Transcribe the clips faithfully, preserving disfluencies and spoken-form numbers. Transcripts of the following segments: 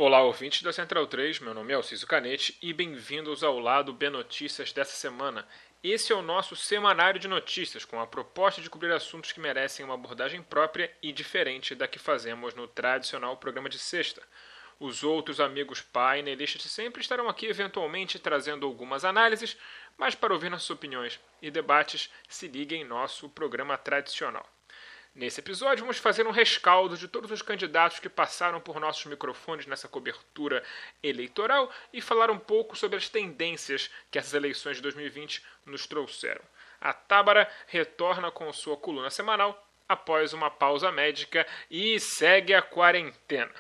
Olá, ouvintes da Central três, meu nome é Alciso Canete e bem-vindos ao Lado B Notícias dessa semana. Esse é o nosso semanário de notícias, com a proposta de cobrir assuntos que merecem uma abordagem própria e diferente da que fazemos no tradicional programa de sexta. Os outros amigos painelistas de sempre estarão aqui eventualmente trazendo algumas análises, mas para ouvir nossas opiniões e debates, se liguem em nosso programa tradicional. Nesse episódio, vamos fazer um rescaldo de todos os candidatos que passaram por nossos microfones nessa cobertura eleitoral e falar um pouco sobre as tendências que essas eleições de dois mil e vinte nos trouxeram. A Tábara retorna com sua coluna semanal após uma pausa médica e segue a quarentena.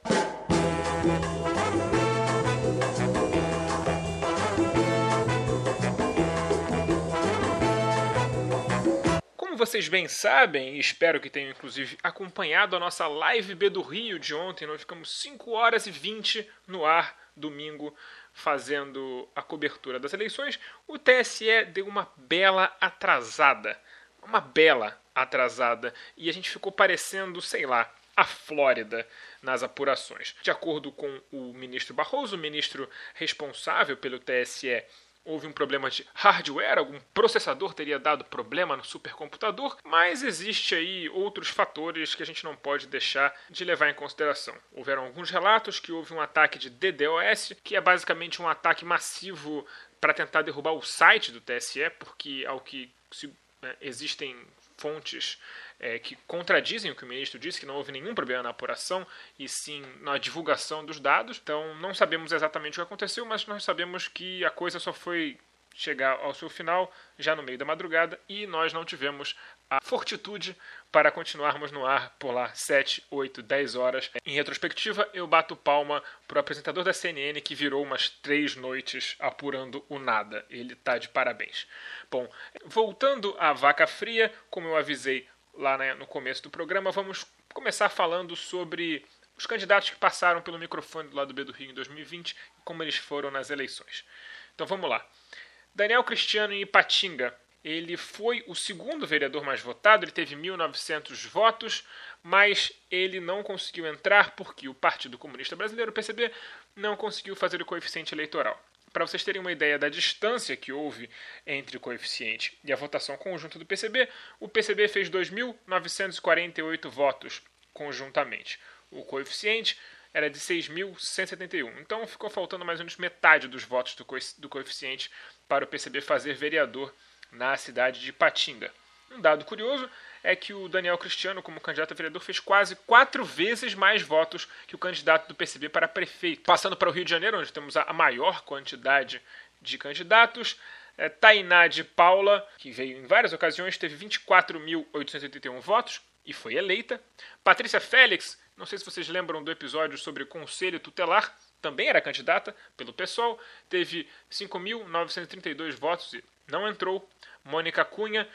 Como vocês bem sabem, e espero que tenham inclusive acompanhado a nossa live B do Rio de ontem, nós ficamos cinco horas e vinte no ar, domingo, fazendo a cobertura das eleições, o T S E deu uma bela atrasada. Uma bela atrasada. E a gente ficou parecendo, sei lá, a Flórida nas apurações. De acordo com o ministro Barroso, o ministro responsável pelo T S E, houve um problema de hardware, algum processador teria dado problema no supercomputador, mas existe aí outros fatores que a gente não pode deixar de levar em consideração. Houveram alguns relatos que houve um ataque de DDoS, que é basicamente um ataque massivo para tentar derrubar o site do T S E, porque ao que se, né, existem fontes é, que contradizem o que o ministro disse, que não houve nenhum problema na apuração e sim na divulgação dos dados. Então não sabemos exatamente o que aconteceu, mas nós sabemos que a coisa só foi chegar ao seu final já no meio da madrugada e nós não tivemos a fortitude para continuarmos no ar por lá sete, oito, dez horas. Em retrospectiva, eu bato palma para o apresentador da C N N que virou umas três noites apurando o nada. Ele está de parabéns. Bom, voltando à vaca fria, como eu avisei lá no começo do programa, vamos começar falando sobre os candidatos que passaram pelo microfone do Lado B do Rio em dois mil e vinte e como eles foram nas eleições. Então vamos lá. Daniel Cristiano em Ipatinga. Ele foi o segundo vereador mais votado, ele teve mil e novecentos votos, mas ele não conseguiu entrar porque o Partido Comunista Brasileiro, o P C B, não conseguiu fazer o coeficiente eleitoral. Para vocês terem uma ideia da distância que houve entre o coeficiente e a votação conjunta do P C B, o P C B fez dois mil novecentos e quarenta e oito votos conjuntamente. O coeficiente era de seis mil cento e setenta e um. Então ficou faltando mais ou menos metade dos votos do, co- do coeficiente para o P C B fazer vereador na cidade de Ipatinga. Um dado curioso é que o Daniel Cristiano, como candidato a vereador, fez quase quatro vezes mais votos que o candidato do P C B para prefeito. Passando para o Rio de Janeiro, onde temos a maior quantidade de candidatos, é, Tainá de Paula, que veio em várias ocasiões, teve vinte e quatro mil oitocentos e oitenta e um votos e foi eleita. Patrícia Félix, não sei se vocês lembram do episódio sobre o Conselho Tutelar, também era candidata pelo PSOL, teve cinco mil novecentos e trinta e dois votos e não entrou. Mônica Cunha,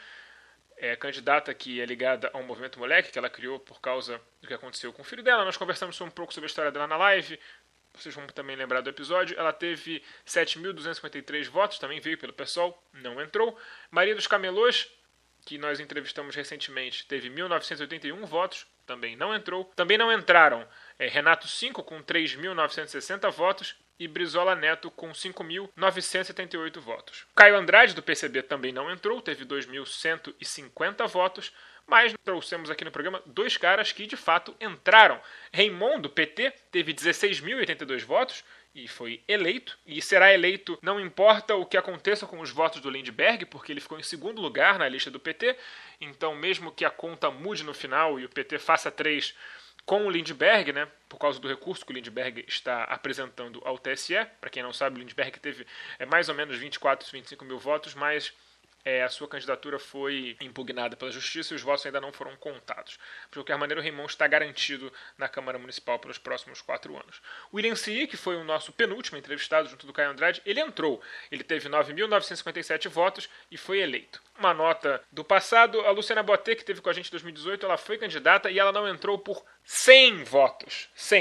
é candidata que é ligada ao Movimento Moleque, que ela criou por causa do que aconteceu com o filho dela. Nós conversamos um pouco sobre a história dela na live, vocês vão também lembrar do episódio. Ela teve sete mil duzentos e cinquenta e três votos, também veio pelo PSOL, não entrou. Maria dos Camelôs, que nós entrevistamos recentemente, teve mil novecentos e oitenta e um votos, também não entrou. Também não entraram é, Renato Cinco, com três mil novecentos e sessenta votos, e Brizola Neto, com cinco mil novecentos e setenta e oito votos. Caio Andrade, do P C B, também não entrou, teve dois mil cento e cinquenta votos, mas trouxemos aqui no programa dois caras que, de fato, entraram. Raimundo, do P T, teve dezesseis mil e oitenta e dois votos, e foi eleito, e será eleito não importa o que aconteça com os votos do Lindbergh, porque ele ficou em segundo lugar na lista do P T, então mesmo que a conta mude no final e o P T faça três com o Lindbergh, né, por causa do recurso que o Lindbergh está apresentando ao T S E, para quem não sabe, o Lindbergh teve é, mais ou menos vinte e quatro, vinte e cinco mil votos, mas É, a sua candidatura foi impugnada pela Justiça e os votos ainda não foram contados. De qualquer maneira, o Raimon está garantido na Câmara Municipal pelos próximos quatro anos. O William Cie, que foi o nosso penúltimo entrevistado junto do Caio Andrade, ele entrou. Ele teve nove mil novecentos e cinquenta e sete votos e foi eleito. Uma nota do passado, a Luciana Botet, que teve com a gente em dois mil e dezoito, ela foi candidata e ela não entrou por cem votos. cem.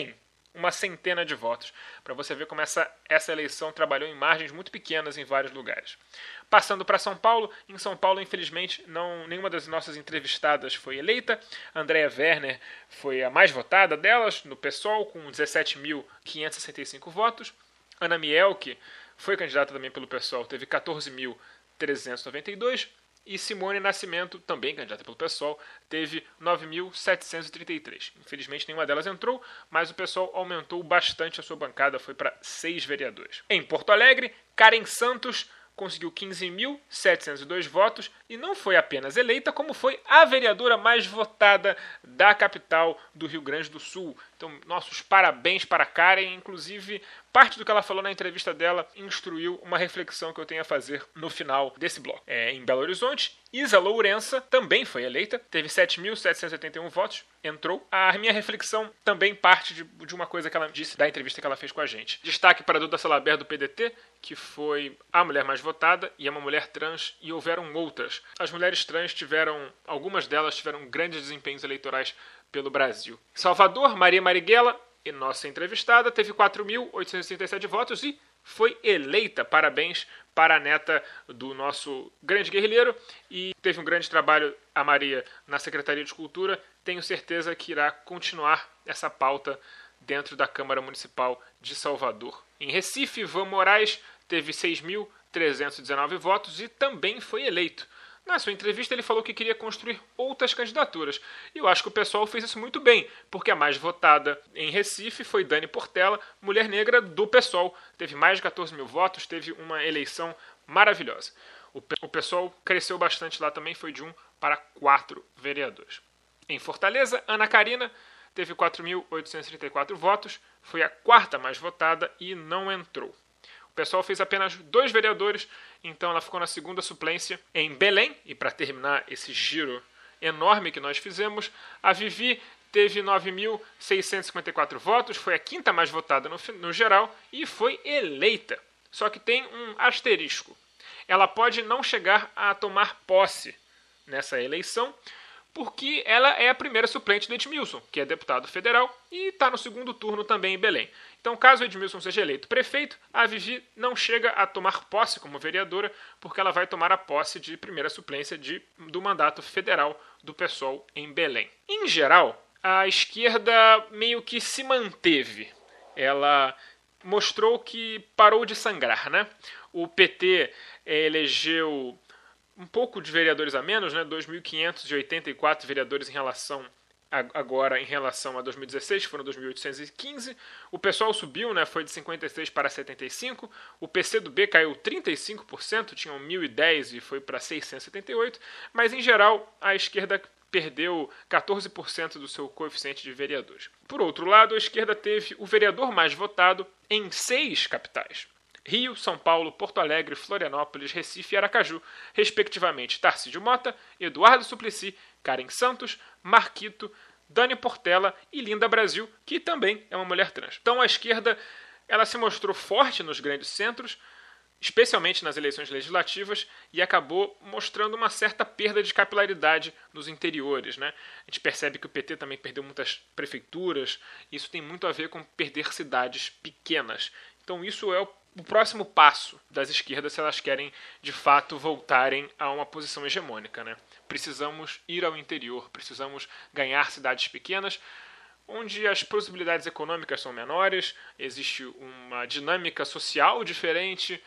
uma centena de votos, para você ver como essa, essa eleição trabalhou em margens muito pequenas em vários lugares. Passando para São Paulo, em São Paulo, infelizmente, não, nenhuma das nossas entrevistadas foi eleita. Andréa Werner foi a mais votada delas, no PSOL, com dezessete mil quinhentos e sessenta e cinco votos. Ana Mielke foi candidata também pelo PSOL, teve quatorze mil trezentos e noventa e dois. E Simone Nascimento, também candidata pelo PSOL, teve nove mil setecentos e trinta e três. Infelizmente, nenhuma delas entrou, mas o PSOL aumentou bastante a sua bancada, foi para seis vereadores. Em Porto Alegre, Karen Santos conseguiu quinze mil setecentos e dois votos e não foi apenas eleita, como foi a vereadora mais votada da capital do Rio Grande do Sul. Então, nossos parabéns para a Karen. Inclusive, parte do que ela falou na entrevista dela instruiu uma reflexão que eu tenho a fazer no final desse bloco. É, em Belo Horizonte, Isa Lourença também foi eleita, teve sete mil setecentos e oitenta e um votos, entrou. A minha reflexão também parte de, de uma coisa que ela disse da entrevista que ela fez com a gente. Destaque para a Duda Salabert do P D T, que foi a mulher mais votada e é uma mulher trans, e houveram outras. As mulheres trans tiveram, algumas delas tiveram grandes desempenhos eleitorais pelo Brasil. Salvador, Maria Marighella, e nossa entrevistada, teve quatro mil oitocentos e trinta e sete votos e foi eleita. Parabéns para a neta do nosso grande guerrilheiro, e teve um grande trabalho a Maria na Secretaria de Cultura. Tenho certeza que irá continuar essa pauta dentro da Câmara Municipal de Salvador. Em Recife, Ivan Moraes teve seis mil trezentos e dezenove votos e também foi eleito. Na sua entrevista, ele falou que queria construir outras candidaturas. E eu acho que o pessoal fez isso muito bem, porque a mais votada em Recife foi Dani Portela, mulher negra do PSOL. Teve mais de quatorze mil votos, teve uma eleição maravilhosa. O pessoal cresceu bastante lá também, foi de um para quatro vereadores. Em Fortaleza, Ana Karina teve quatro mil oitocentos e trinta e quatro votos, foi a quarta mais votada e não entrou. O pessoal fez apenas dois vereadores, então ela ficou na segunda suplência. Em Belém, e para terminar esse giro enorme que nós fizemos, a Vivi teve nove mil seiscentos e cinquenta e quatro votos, foi a quinta mais votada no, no geral e foi eleita. Só que tem um asterisco. Ela pode não chegar a tomar posse nessa eleição, porque ela é a primeira suplente do Edmilson, que é deputado federal e está no segundo turno também em Belém. Então, caso o Edmilson seja eleito prefeito, a Vivi não chega a tomar posse como vereadora, porque ela vai tomar a posse de primeira suplência de, do mandato federal do PSOL em Belém. Em geral, a esquerda meio que se manteve. Ela mostrou que parou de sangrar, né? O P T eh, elegeu um pouco de vereadores a menos, né? dois mil quinhentos e oitenta e quatro vereadores em relação a, agora em relação a dois mil e dezesseis, foram dois mil oitocentos e quinze. O pessoal subiu, né? Foi de cinquenta e seis para setenta e cinco. O P C do B caiu trinta e cinco por cento, tinham mil e dez e foi para seiscentos e setenta e oito. Mas, em geral, a esquerda perdeu quatorze por cento do seu coeficiente de vereadores. Por outro lado, a esquerda teve o vereador mais votado em seis capitais: Rio, São Paulo, Porto Alegre, Florianópolis, Recife e Aracaju, respectivamente Tarcísio Mota, Eduardo Suplicy, Karen Santos, Marquito, Dani Portela e Linda Brasil, que também é uma mulher trans. Então a esquerda ela se mostrou forte nos grandes centros, especialmente nas eleições legislativas, e acabou mostrando uma certa perda de capilaridade nos interiores, né? A gente percebe que o P T também perdeu muitas prefeituras, e isso tem muito a ver com perder cidades pequenas. Então isso é o o próximo passo das esquerdas se elas querem, de fato, voltarem a uma posição hegemônica, né? Precisamos ir ao interior, precisamos ganhar cidades pequenas, onde as possibilidades econômicas são menores, existe uma dinâmica social diferente,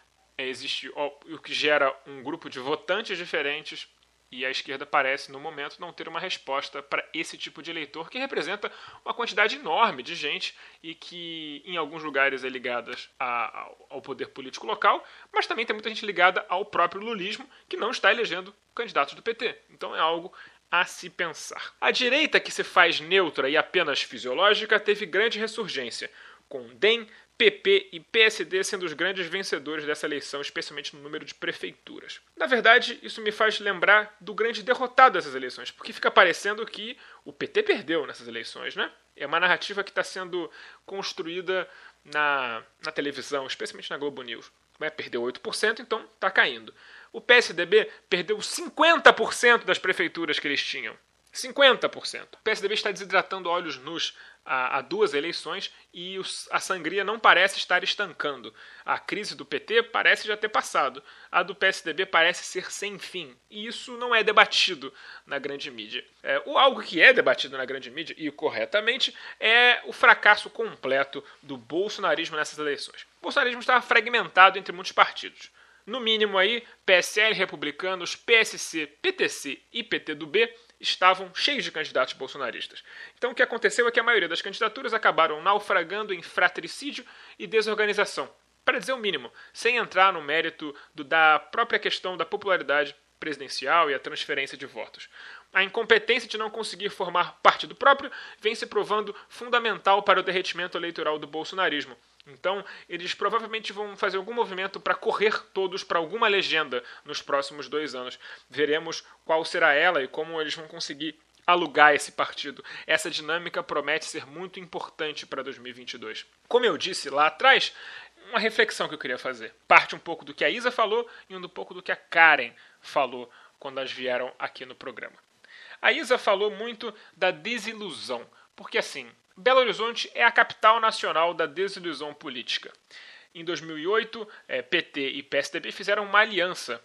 existe o que gera um grupo de votantes diferentes, e a esquerda parece, no momento, não ter uma resposta para esse tipo de eleitor, que representa uma quantidade enorme de gente e que, em alguns lugares, é ligada a, ao poder político local, mas também tem muita gente ligada ao próprio lulismo, que não está elegendo candidatos do P T. Então é algo a se pensar. A direita, que se faz neutra e apenas fisiológica, teve grande ressurgência, com D E M, P P e P S D sendo os grandes vencedores dessa eleição, especialmente no número de prefeituras. Na verdade, isso me faz lembrar do grande derrotado dessas eleições, porque fica parecendo que o P T perdeu nessas eleições, né? É uma narrativa que está sendo construída na, na televisão, especialmente na Globo News. Né? Perdeu oito por cento, então está caindo. O P S D B perdeu cinquenta por cento das prefeituras que eles tinham. cinquenta por cento. O P S D B está desidratando olhos nus há, há duas eleições e os, a sangria não parece estar estancando. A crise do P T parece já ter passado. A do P S D B parece ser sem fim. E isso não é debatido na grande mídia. É, o algo que é debatido na grande mídia, e corretamente, é o fracasso completo do bolsonarismo nessas eleições. O bolsonarismo estava fragmentado entre muitos partidos. No mínimo aí, P S L, republicanos, P S C, P T C e P T do B estavam cheios de candidatos bolsonaristas. Então o que aconteceu é que a maioria das candidaturas acabaram naufragando em fratricídio e desorganização, para dizer o mínimo, sem entrar no mérito do, da própria questão da popularidade presidencial e a transferência de votos. A incompetência de não conseguir formar partido próprio vem se provando fundamental para o derretimento eleitoral do bolsonarismo. Então, eles provavelmente vão fazer algum movimento para correr todos para alguma legenda nos próximos dois anos. Veremos qual será ela e como eles vão conseguir alugar esse partido. Essa dinâmica promete ser muito importante para dois mil e vinte e dois. Como eu disse lá atrás, uma reflexão que eu queria fazer. Parte um pouco do que a Isa falou e um pouco do que a Karen falou quando elas vieram aqui no programa. A Isa falou muito da desilusão, porque assim, Belo Horizonte é a capital nacional da desilusão política. Em dois mil e oito, é, P T e P S D B fizeram uma aliança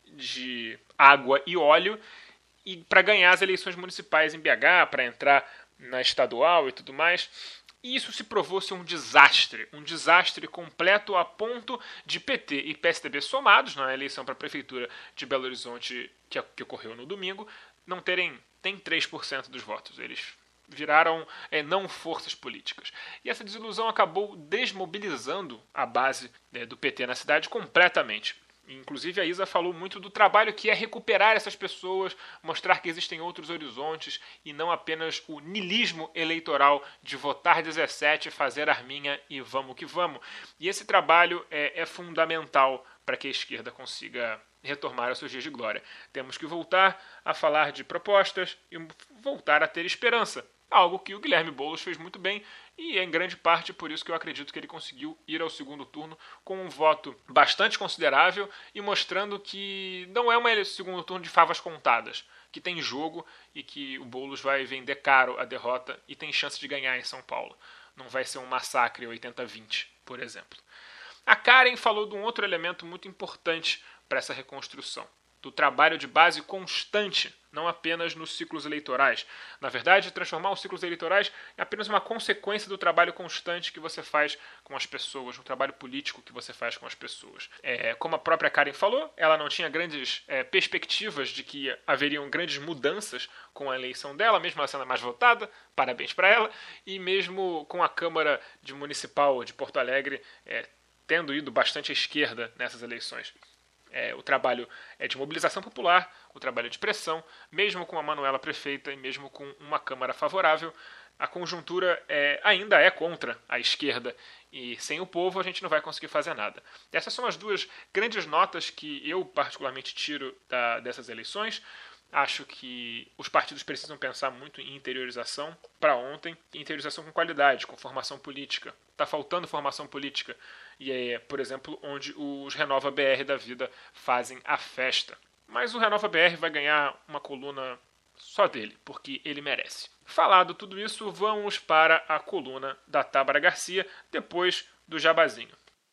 de água e óleo e para ganhar as eleições municipais em B H, para entrar na estadual e tudo mais. E isso se provou ser um desastre, um desastre completo a ponto de P T e P S D B somados na eleição para a prefeitura de Belo Horizonte, que, que ocorreu no domingo, não terem nem três por cento dos votos. Eles viraram é, não forças políticas. E essa desilusão acabou desmobilizando a base é, do P T na cidade completamente. Inclusive a Isa falou muito do trabalho que é recuperar essas pessoas, mostrar que existem outros horizontes e não apenas o niilismo eleitoral de votar dezessete, fazer arminha e vamos que vamos. E esse trabalho é, é fundamental para que a esquerda consiga retomar aos seus dias de glória. Temos que voltar a falar de propostas e voltar a ter esperança. Algo que o Guilherme Boulos fez muito bem e é em grande parte por isso que eu acredito que ele conseguiu ir ao segundo turno com um voto bastante considerável e mostrando que não é um segundo turno de favas contadas, que tem jogo e que o Boulos vai vender caro a derrota e tem chance de ganhar em São Paulo. Não vai ser um massacre oitenta a vinte, por exemplo. A Karen falou de um outro elemento muito importante para essa reconstrução, do trabalho de base constante, não apenas nos ciclos eleitorais. Na verdade, transformar os ciclos eleitorais em apenas uma consequência do trabalho constante que você faz com as pessoas, um trabalho político que você faz com as pessoas. É, como a própria Karen falou, ela não tinha grandes é, perspectivas de que haveriam grandes mudanças com a eleição dela, mesmo ela sendo a mais votada, parabéns para ela, e mesmo com a Câmara de Municipal de Porto Alegre é, tendo ido bastante à esquerda nessas eleições. É, o trabalho é de mobilização popular, o trabalho de pressão, mesmo com a Manuela prefeita e mesmo com uma Câmara favorável, a conjuntura é, ainda é contra a esquerda e sem o povo a gente não vai conseguir fazer nada. Essas são as duas grandes notas que eu particularmente tiro da, dessas eleições. Acho que os partidos precisam pensar muito em interiorização para ontem, interiorização com qualidade, com formação política. Está faltando formação política. E é, por exemplo, onde os Renova B R da vida fazem a festa. Mas o Renova B R vai ganhar uma coluna só dele, porque ele merece. Falado tudo isso, vamos para a coluna da Tábara Garcia, depois do jabazinho.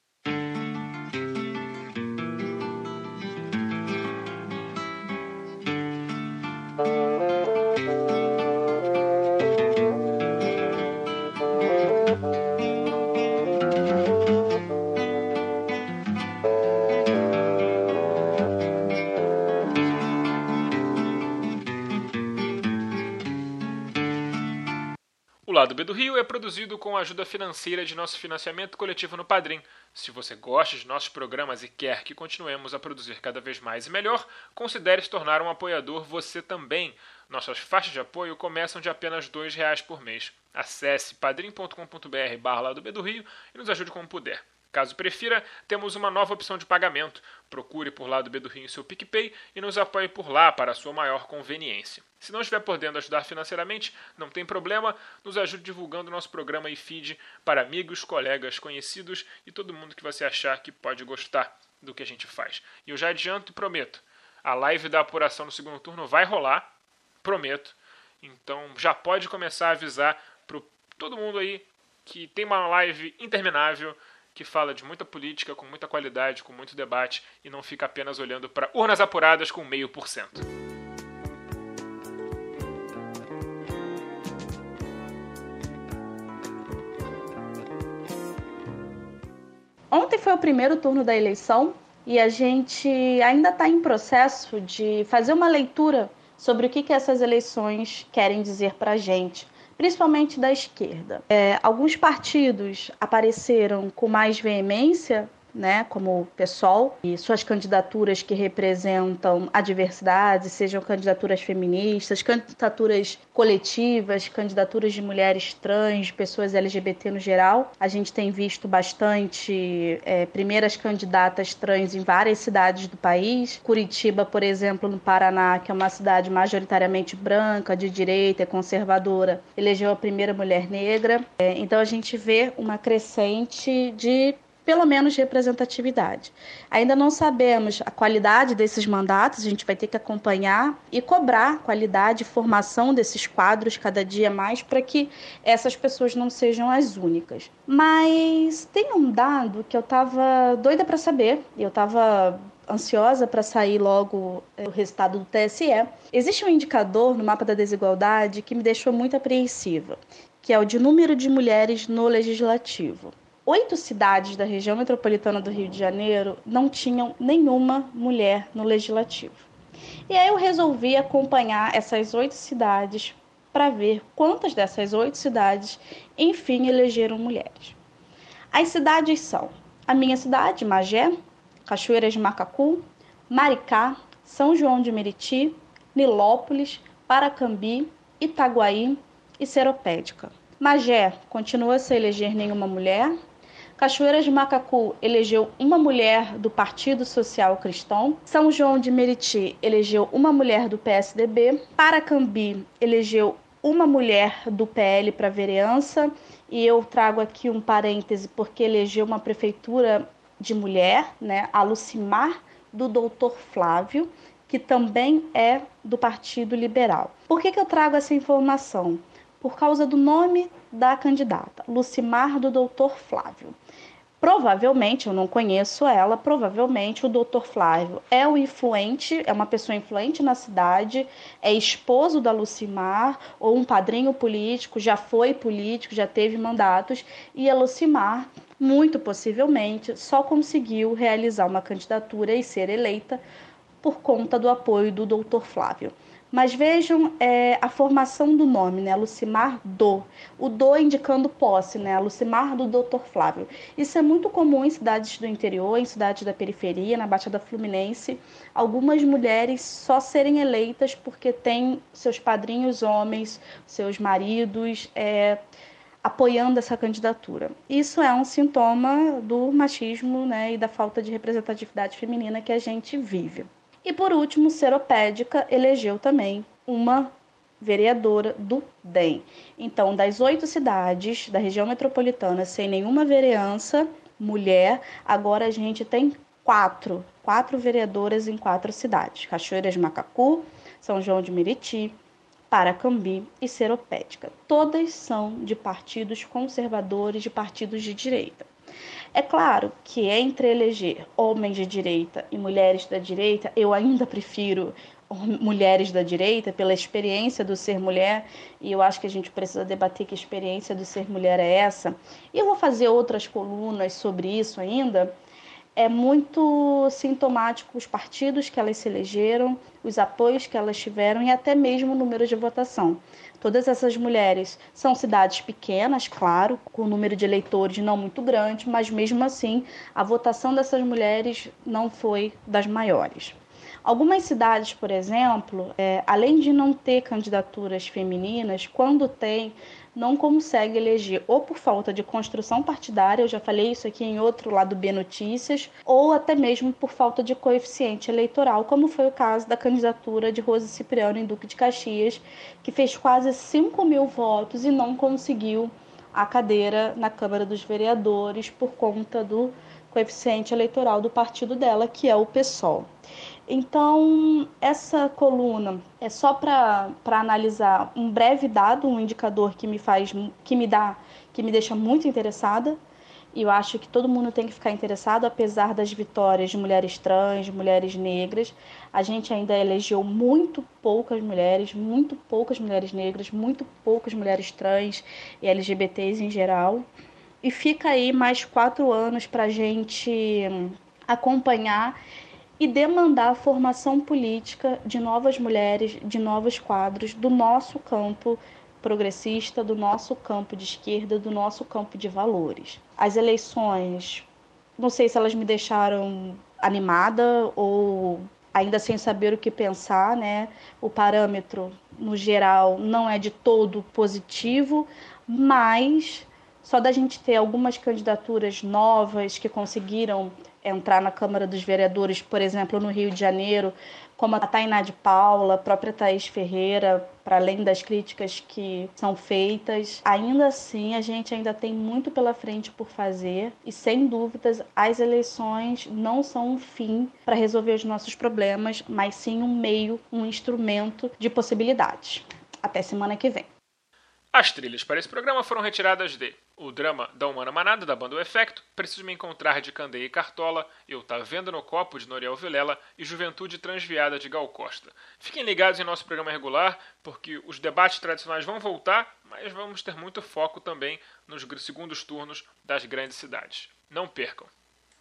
O Lado B do Rio é produzido com a ajuda financeira de nosso financiamento coletivo no Padrim. Se você gosta de nossos programas e quer que continuemos a produzir cada vez mais e melhor, considere se tornar um apoiador você também. Nossas faixas de apoio começam de apenas dois reais por mês. Acesse padrim.com.br barra Lado B do Rio e nos ajude como puder. Caso prefira, temos uma nova opção de pagamento. Procure por Lado B do Rio em seu PicPay e nos apoie por lá para a sua maior conveniência. Se não estiver podendo ajudar financeiramente, não tem problema, nos ajude divulgando nosso programa e feed para amigos, colegas, conhecidos e todo mundo que você achar que pode gostar do que a gente faz. E eu já adianto e prometo, a live da apuração no segundo turno vai rolar, prometo, Então já pode começar a avisar para todo mundo aí que tem uma live interminável que fala de muita política, com muita qualidade, com muito debate, e não fica apenas olhando para urnas apuradas com meio por cento. Ontem foi o primeiro turno da eleição e a gente ainda está em processo de fazer uma leitura sobre o que, que essas eleições querem dizer para a gente, principalmente da esquerda. É, alguns partidos apareceram com mais veemência, né, como o PSOL, e suas candidaturas que representam a diversidade, sejam candidaturas feministas, candidaturas coletivas, candidaturas de mulheres trans, de pessoas L G B T no geral. A gente tem visto bastante é, primeiras candidatas trans em várias cidades do país. Curitiba, por exemplo, no Paraná, que é uma cidade majoritariamente branca, de direita e conservadora, elegeu a primeira mulher negra. É, então a gente vê uma crescente de pelo menos representatividade. Ainda não sabemos a qualidade desses mandatos, a gente vai ter que acompanhar e cobrar qualidade e formação desses quadros cada dia mais para que essas pessoas não sejam as únicas. Mas tem um dado que eu estava doida para saber, e eu estava ansiosa para sair logo o resultado do T S E. Existe um indicador no mapa da desigualdade que me deixou muito apreensiva, que é o de número de mulheres no legislativo. Oito cidades da região metropolitana do Rio de Janeiro não tinham nenhuma mulher no legislativo. E aí eu resolvi acompanhar essas oito cidades para ver quantas dessas oito cidades, enfim, elegeram mulheres. As cidades são a minha cidade, Magé, Cachoeiras de Macacu, Maricá, São João de Meriti, Nilópolis, Paracambi, Itaguaí e Seropédica. Magé continua sem eleger nenhuma mulher. Cachoeiras de Macacu elegeu uma mulher do Partido Social Cristão. São João de Meriti elegeu uma mulher do P S D B. Paracambi elegeu uma mulher do P L para vereança. E eu trago aqui um parêntese porque elegeu uma prefeitura de mulher, né, a Lucimar do doutor Flávio, que também é do Partido Liberal. Por que que eu trago essa informação? Por causa do nome da candidata, Lucimar do doutor Flávio. Provavelmente, eu não conheço ela, provavelmente o doutor Flávio é um influente, é uma pessoa influente na cidade, é esposo da Lucimar, ou um padrinho político, já foi político, já teve mandatos, e a Lucimar, muito possivelmente, só conseguiu realizar uma candidatura e ser eleita por conta do apoio do doutor Flávio. Mas vejam é, a formação do nome, né? Lucimar do. O do indicando posse, né? Lucimar do doutor Flávio. Isso é muito comum em cidades do interior, em cidades da periferia, na Baixada Fluminense. Algumas mulheres só serem eleitas porque têm seus padrinhos homens, seus maridos, é, apoiando essa candidatura. Isso é um sintoma do machismo, né, e da falta de representatividade feminina que a gente vive. E por último, Seropédica elegeu também uma vereadora do D E M. Então, das oito cidades da região metropolitana sem nenhuma vereança mulher, agora a gente tem quatro, quatro vereadoras em quatro cidades. Cachoeiras de Macacu, São João de Meriti, Paracambi e Seropédica. Todas são de partidos conservadores, de partidos de direita. É claro que entre eleger homens de direita e mulheres da direita, eu ainda prefiro mulheres da direita pela experiência do ser mulher, e eu acho que a gente precisa debater que experiência do ser mulher é essa. E eu vou fazer outras colunas sobre isso ainda. É muito sintomático os partidos que elas se elegeram, os apoios que elas tiveram e até mesmo o número de votação. Todas essas mulheres são cidades pequenas, claro, com um número de eleitores não muito grande, mas mesmo assim a votação dessas mulheres não foi das maiores. Algumas cidades, por exemplo, é, além de não ter candidaturas femininas, quando tem, não consegue eleger ou por falta de construção partidária, eu já falei isso aqui em outro lado B Notícias, ou até mesmo por falta de coeficiente eleitoral, como foi o caso da candidatura de Rose Cipriano em Duque de Caxias, que fez quase cinco mil votos e não conseguiu a cadeira na Câmara dos Vereadores por conta do coeficiente eleitoral do partido dela, que é o PSOL. Então, essa coluna é só para analisar um breve dado, um indicador que me faz, que me dá, que me deixa muito interessada. E eu acho que todo mundo tem que ficar interessado, apesar das vitórias de mulheres trans, de mulheres negras. A gente ainda elegeu muito poucas mulheres, muito poucas mulheres negras, muito poucas mulheres trans e L G B T s em geral. E fica aí mais quatro anos para a gente acompanhar e demandar a formação política de novas mulheres, de novos quadros do nosso campo progressista, do nosso campo de esquerda, do nosso campo de valores. As eleições, não sei se elas me deixaram animada ou ainda sem saber o que pensar, né? O parâmetro, no geral, não é de todo positivo, mas só da gente ter algumas candidaturas novas que conseguiram entrar na Câmara dos Vereadores, por exemplo, no Rio de Janeiro, como a Tainá de Paula, a própria Thaís Ferreira, para além das críticas que são feitas, ainda assim a gente ainda tem muito pela frente por fazer e, sem dúvidas, as eleições não são um fim para resolver os nossos problemas, mas sim um meio, um instrumento de possibilidades. Até semana que vem. As trilhas para esse programa foram retiradas de O Drama da Humana Manada, da banda O Efecto, Preciso Me Encontrar, de Candeia e Cartola, Eu Tá Vendo no Copo, de Noriel Vilela e Juventude Transviada, de Gal Costa. Fiquem ligados em nosso programa regular, porque os debates tradicionais vão voltar, mas vamos ter muito foco também nos segundos turnos das grandes cidades. Não percam!